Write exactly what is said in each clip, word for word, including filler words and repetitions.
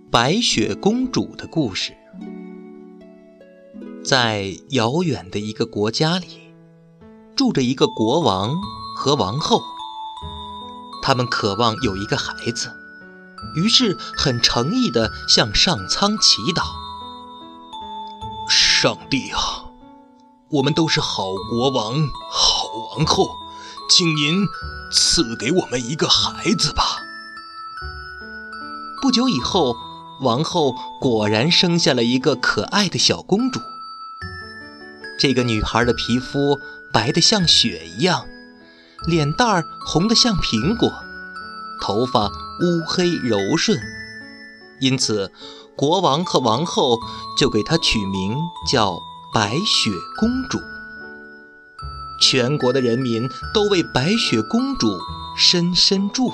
白雪公主的故事。在遥远的一个国家里，住着一个国王和王后，他们渴望有一个孩子，于是很诚意地向上苍祈祷：上帝啊，我们都是好国王、好王后，请您赐给我们一个孩子吧。不久以后，王后果然生下了一个可爱的小公主。这个女孩的皮肤白得像雪一样，脸蛋儿红得像苹果，头发乌黑柔顺，因此国王和王后就给她取名叫白雪公主。全国的人民都为白雪公主深深祝福。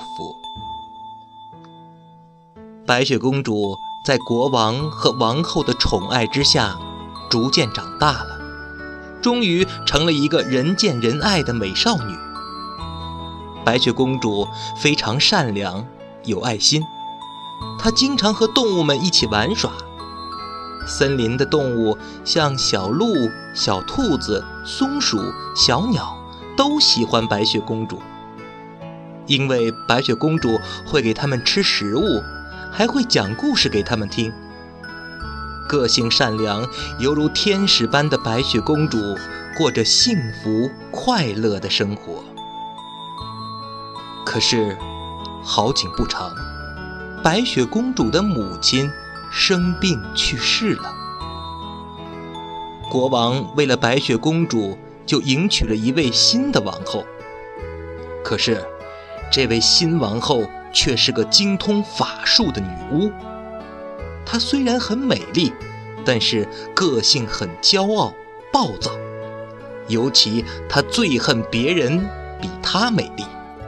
白雪公主在国王和王后的宠爱之下逐渐长大了，终于成了一个人见人爱的美少女。白雪公主非常善良有爱心，她经常和动物们一起玩耍。森林的动物像小鹿、小兔子、松鼠、小鸟都喜欢白雪公主，因为白雪公主会给它们吃食物，还会讲故事给他们听。个性善良犹如天使般的白雪公主过着幸福快乐的生活。可是好景不长，白雪公主的母亲生病去世了。国王为了白雪公主就迎娶了一位新的王后，可是这位新王后却是个精通法术的女巫。她虽然很美丽，但是个性很骄傲暴躁，尤其她最恨别人比她美丽。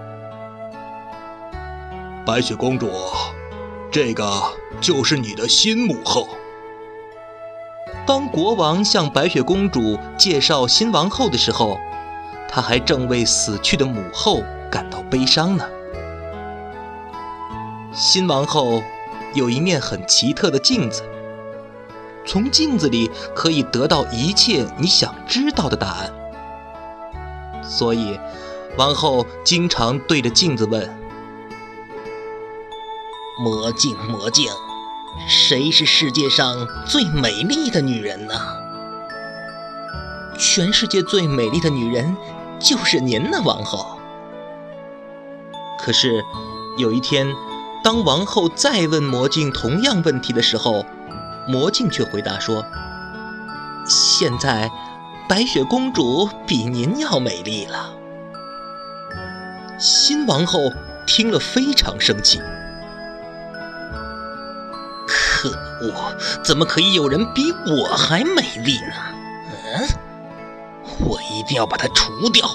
白雪公主，这个就是你的新母后。当国王向白雪公主介绍新王后的时候，他还正为死去的母后感到悲伤呢。新王后有一面很奇特的镜子，从镜子里可以得到一切你想知道的答案。所以王后经常对着镜子问：魔镜魔镜，谁是世界上最美丽的女人呢？全世界最美丽的女人就是您呢，王后。可是有一天，当王后再问魔镜同样问题的时候，魔镜却回答说：现在白雪公主比您要美丽了。新王后听了非常生气，可恶，怎么可以有人比我还美丽呢？嗯，我一定要把她除掉。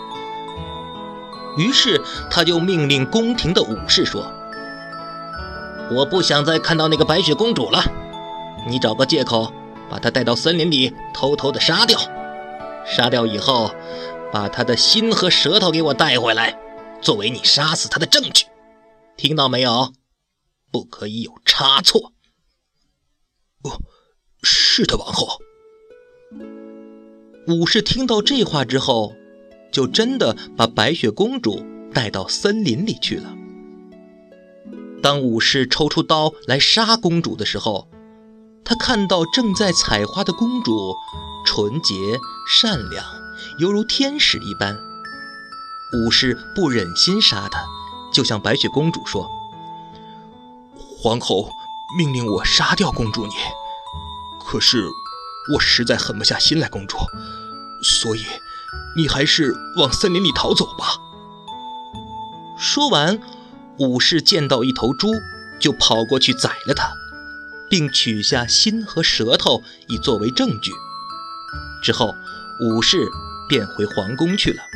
于是他就命令宫廷的武士说：我不想再看到那个白雪公主了，你找个借口把她带到森林里偷偷地杀掉，杀掉以后把她的心和舌头给我带回来，作为你杀死她的证据，听到没有？不可以有差错。哦，是的，王后。武士听到这话之后，就真的把白雪公主带到森林里去了。当武士抽出刀来杀公主的时候，他看到正在采花的公主纯洁善良，犹如天使一般。武士不忍心杀她，就向白雪公主说：皇后命令我杀掉公主你，可是我实在狠不下心来，公主，所以你还是往森林里逃走吧。说完，武士见到一头猪，就跑过去宰了它，并取下心和舌头以作为证据。之后，武士便回皇宫去了。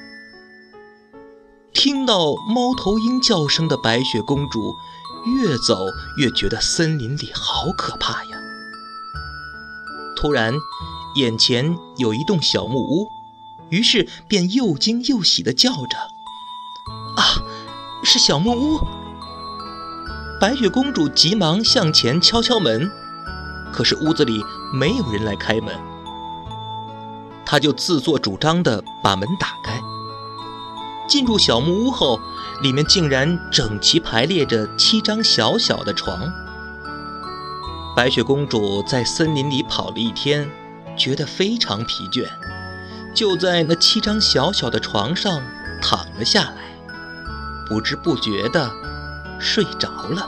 听到猫头鹰叫声的白雪公主越走越觉得森林里好可怕呀。突然眼前有一栋小木屋，于是便又惊又喜地叫着：啊，是小木屋！ 白雪公主急忙向前敲敲门，可是屋子里没有人来开门。她就自作主张地把门打开。进入小木屋后，里面竟然整齐排列着七张小小的床。白雪公主在森林里跑了一天，觉得非常疲倦，就在那七张小小的床上躺了下来，不知不觉地睡着了。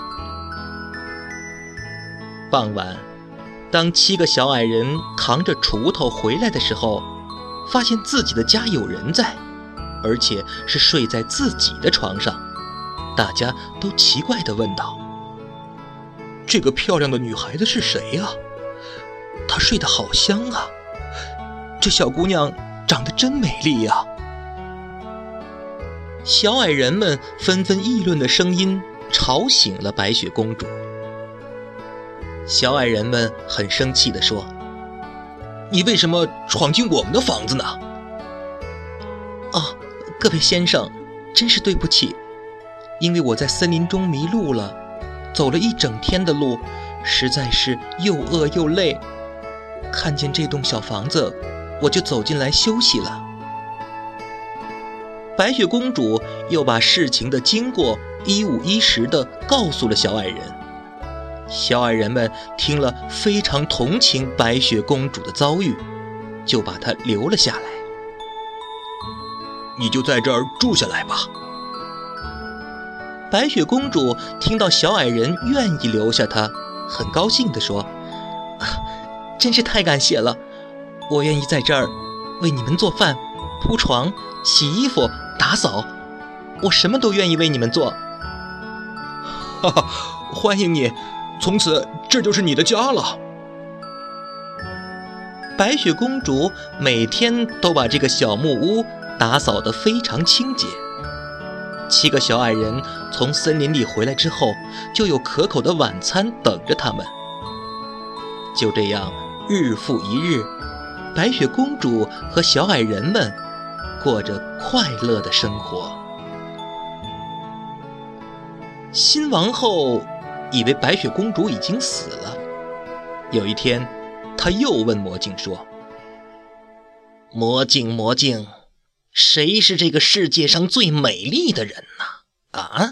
傍晚，当七个小矮人扛着锄头回来的时候，发现自己的家有人在，而且是睡在自己的床上。大家都奇怪地问道：这个漂亮的女孩子是谁啊？她睡得好香啊，这小姑娘长得真美丽呀！小矮人们纷纷议论的声音吵醒了白雪公主。小矮人们很生气地说：你为什么闯进我们的房子呢？哦，各位先生，真是对不起，因为我在森林中迷路了，走了一整天的路，实在是又饿又累，看见这栋小房子，我就走进来休息了。白雪公主又把事情的经过一五一十地告诉了小矮人。小矮人们听了非常同情白雪公主的遭遇，就把她留了下来。你就在这儿住下来吧。白雪公主听到小矮人愿意留下她，很高兴地说：真是太感谢了，我愿意在这儿为你们做饭、铺床、洗衣服、打扫，我什么都愿意为你们做。哈哈，欢迎你，从此这就是你的家了。白雪公主每天都把这个小木屋打扫得非常清洁。七个小矮人从森林里回来之后，就有可口的晚餐等着他们。就这样，日复一日，白雪公主和小矮人们过着快乐的生活。新王后以为白雪公主已经死了。有一天，她又问魔镜说：魔镜魔镜，谁是这个世界上最美丽的人呢？啊？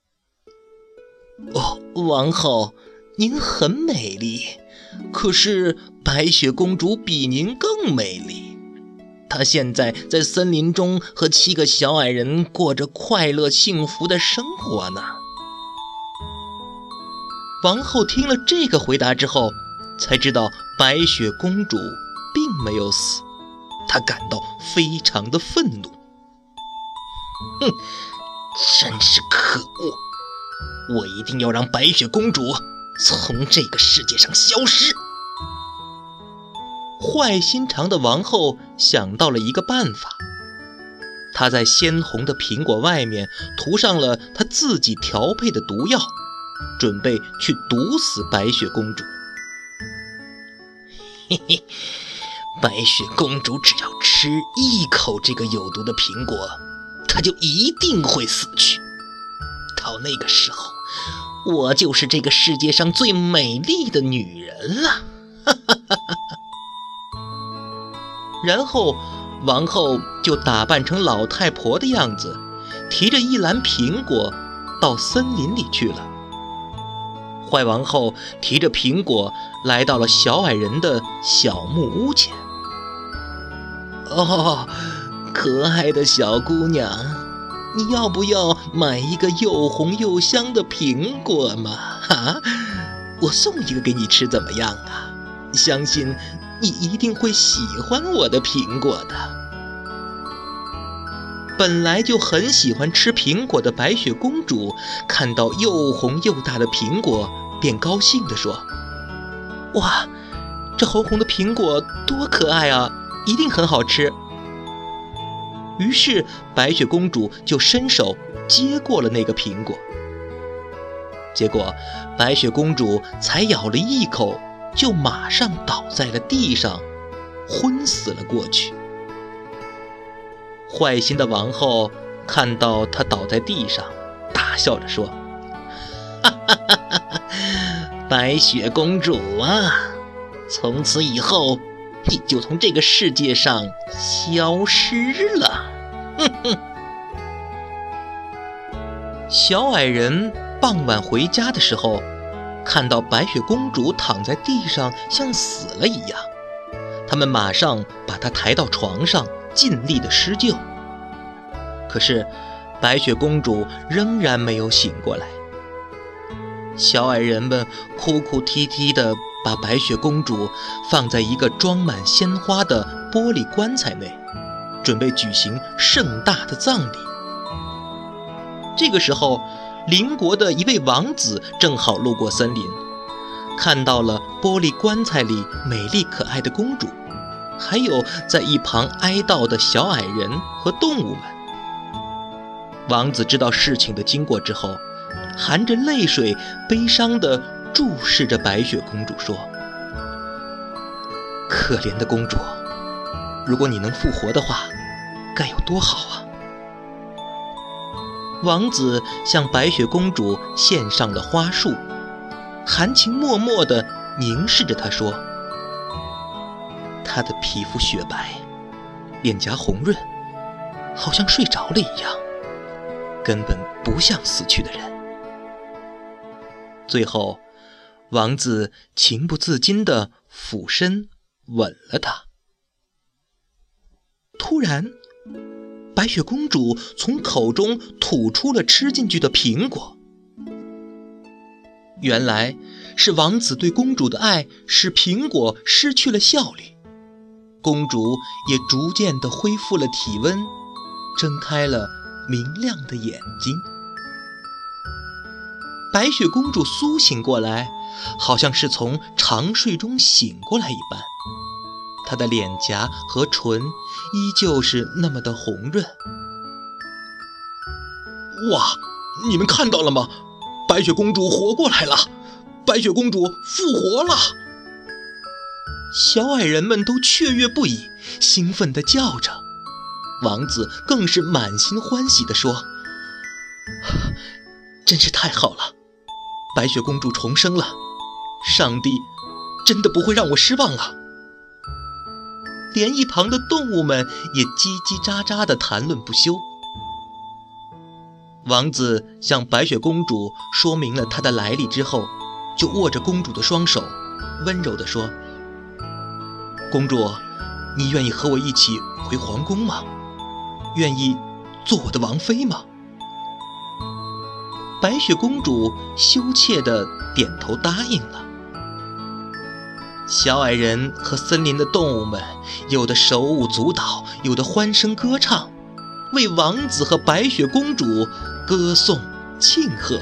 哦，王后，您很美丽，可是白雪公主比您更美丽。她现在在森林中和七个小矮人过着快乐幸福的生活呢。王后听了这个回答之后，才知道白雪公主并没有死，她感到非常的愤怒。哼，真是可恶！我一定要让白雪公主从这个世界上消失。坏心肠的王后想到了一个办法，她在鲜红的苹果外面涂上了她自己调配的毒药，准备去毒死白雪公主。嘿嘿，白雪公主只要吃一口这个有毒的苹果，她就一定会死去。到那个时候，我就是这个世界上最美丽的女人了。哈哈哈哈。然后王后就打扮成老太婆的样子，提着一篮苹果到森林里去了。坏王后提着苹果来到了小矮人的小木屋前。哦，可爱的小姑娘，你要不要买一个又红又香的苹果嘛？哈，我送一个给你吃怎么样啊？相信你一定会喜欢我的苹果的。本来就很喜欢吃苹果的白雪公主，看到又红又大的苹果，便高兴地说：哇，这红红的苹果多可爱啊，一定很好吃。于是白雪公主就伸手接过了那个苹果。结果白雪公主才咬了一口，就马上倒在了地上，昏死了过去。坏心的王后看到她倒在地上，大笑着说： 白雪公主啊，从此以后你就从这个世界上消失了。哼哼。小矮人傍晚回家的时候，看到白雪公主躺在地上像死了一样，他们马上把她抬到床上，尽力的施救。可是白雪公主仍然没有醒过来。小矮人们哭哭啼啼地把白雪公主放在一个装满鲜花的玻璃棺材内，准备举行盛大的葬礼。这个时候，邻国的一位王子正好路过森林，看到了玻璃棺材里美丽可爱的公主，还有在一旁哀悼的小矮人和动物们。王子知道事情的经过之后，含着泪水悲伤地注视着白雪公主说：可怜的公主，如果你能复活的话，该有多好啊。王子向白雪公主献上了花束，含情脉脉地凝视着她说：她的皮肤雪白，脸颊红润，好像睡着了一样，根本不像死去的人。最后，王子情不自禁地俯身吻了她。突然，白雪公主从口中吐出了吃进去的苹果。原来是王子对公主的爱使苹果失去了效力，公主也逐渐地恢复了体温，睁开了明亮的眼睛。白雪公主苏醒过来，好像是从长睡中醒过来一般，她的脸颊和唇依旧是那么的红润。哇，你们看到了吗？白雪公主活过来了！白雪公主复活了！小矮人们都雀跃不已，兴奋地叫着。王子更是满心欢喜地说：真是太好了，白雪公主重生了，上帝真的不会让我失望了。连一旁的动物们也叽叽喳喳地谈论不休。王子向白雪公主说明了他的来历之后，就握着公主的双手，温柔地说：公主，你愿意和我一起回皇宫吗？愿意做我的王妃吗？白雪公主羞怯地点头答应了。小矮人和森林的动物们，有的手舞足蹈，有的欢声歌唱，为王子和白雪公主歌颂庆贺。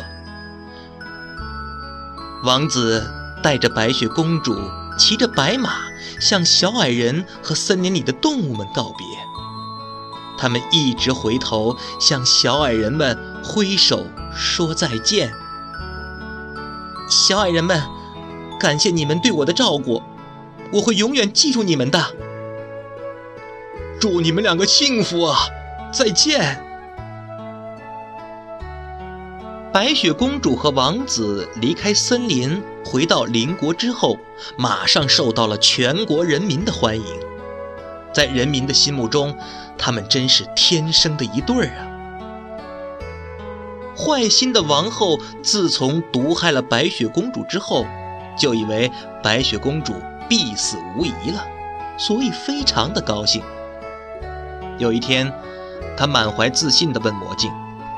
王子带着白雪公主，骑着白马，向小矮人和森林里的动物们告别。他们一直回头向小矮人们挥手说再见。小矮人们，感谢你们对我的照顾，我会永远记住你们的。祝你们两个幸福啊！再见。白雪公主和王子离开森林，回到邻国之后，马上受到了全国人民的欢迎。在人民的心目中，他们真是天生的一对儿啊！坏心的王后自从毒害了白雪公主之后，就以为白雪公主必死无疑了，所以非常的高兴。有一天，她满怀自信地问魔镜：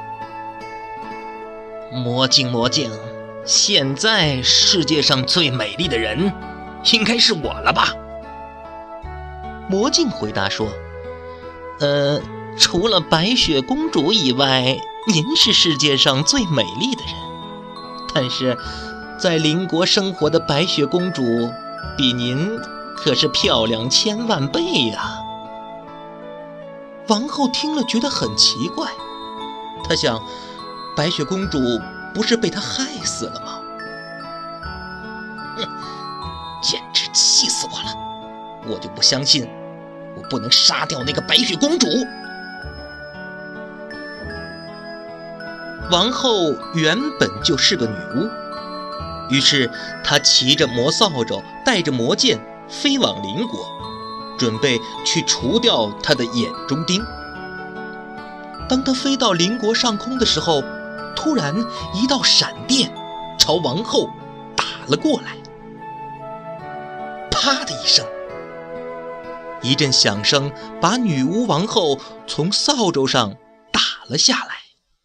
魔镜魔镜，现在世界上最美丽的人应该是我了吧？魔镜回答说：呃，除了白雪公主以外，您是世界上最美丽的人。但是在邻国生活的白雪公主比您可是漂亮千万倍呀。王后听了觉得很奇怪，她想，白雪公主不是被他害死了吗？哼，简直气死我了！我就不相信我不能杀掉那个白雪公主。 王后原本就是个女巫，于是她骑着魔扫帚，带着魔剑，飞往邻国，准备去除掉她的眼中钉。当她飞到邻国上空的时候，突然一道闪电朝王后打了过来。啪的一声，一阵响声把女巫王后从扫帚上打了下来。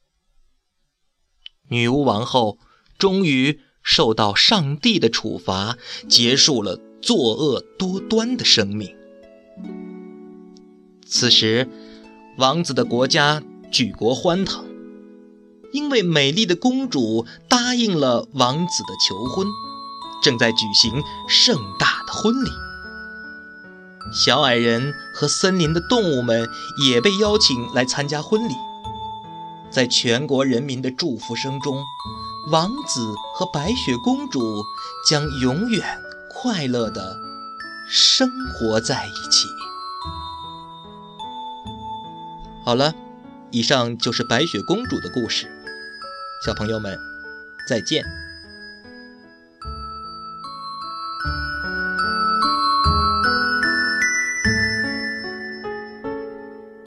女巫王后终于受到上帝的处罚，结束了作恶多端的生命。此时，王子的国家举国欢腾，因为美丽的公主答应了王子的求婚，正在举行盛大的婚礼。小矮人和森林的动物们也被邀请来参加婚礼。在全国人民的祝福声中，王子和白雪公主将永远快乐地生活在一起。好了，以上就是白雪公主的故事，小朋友们，再见。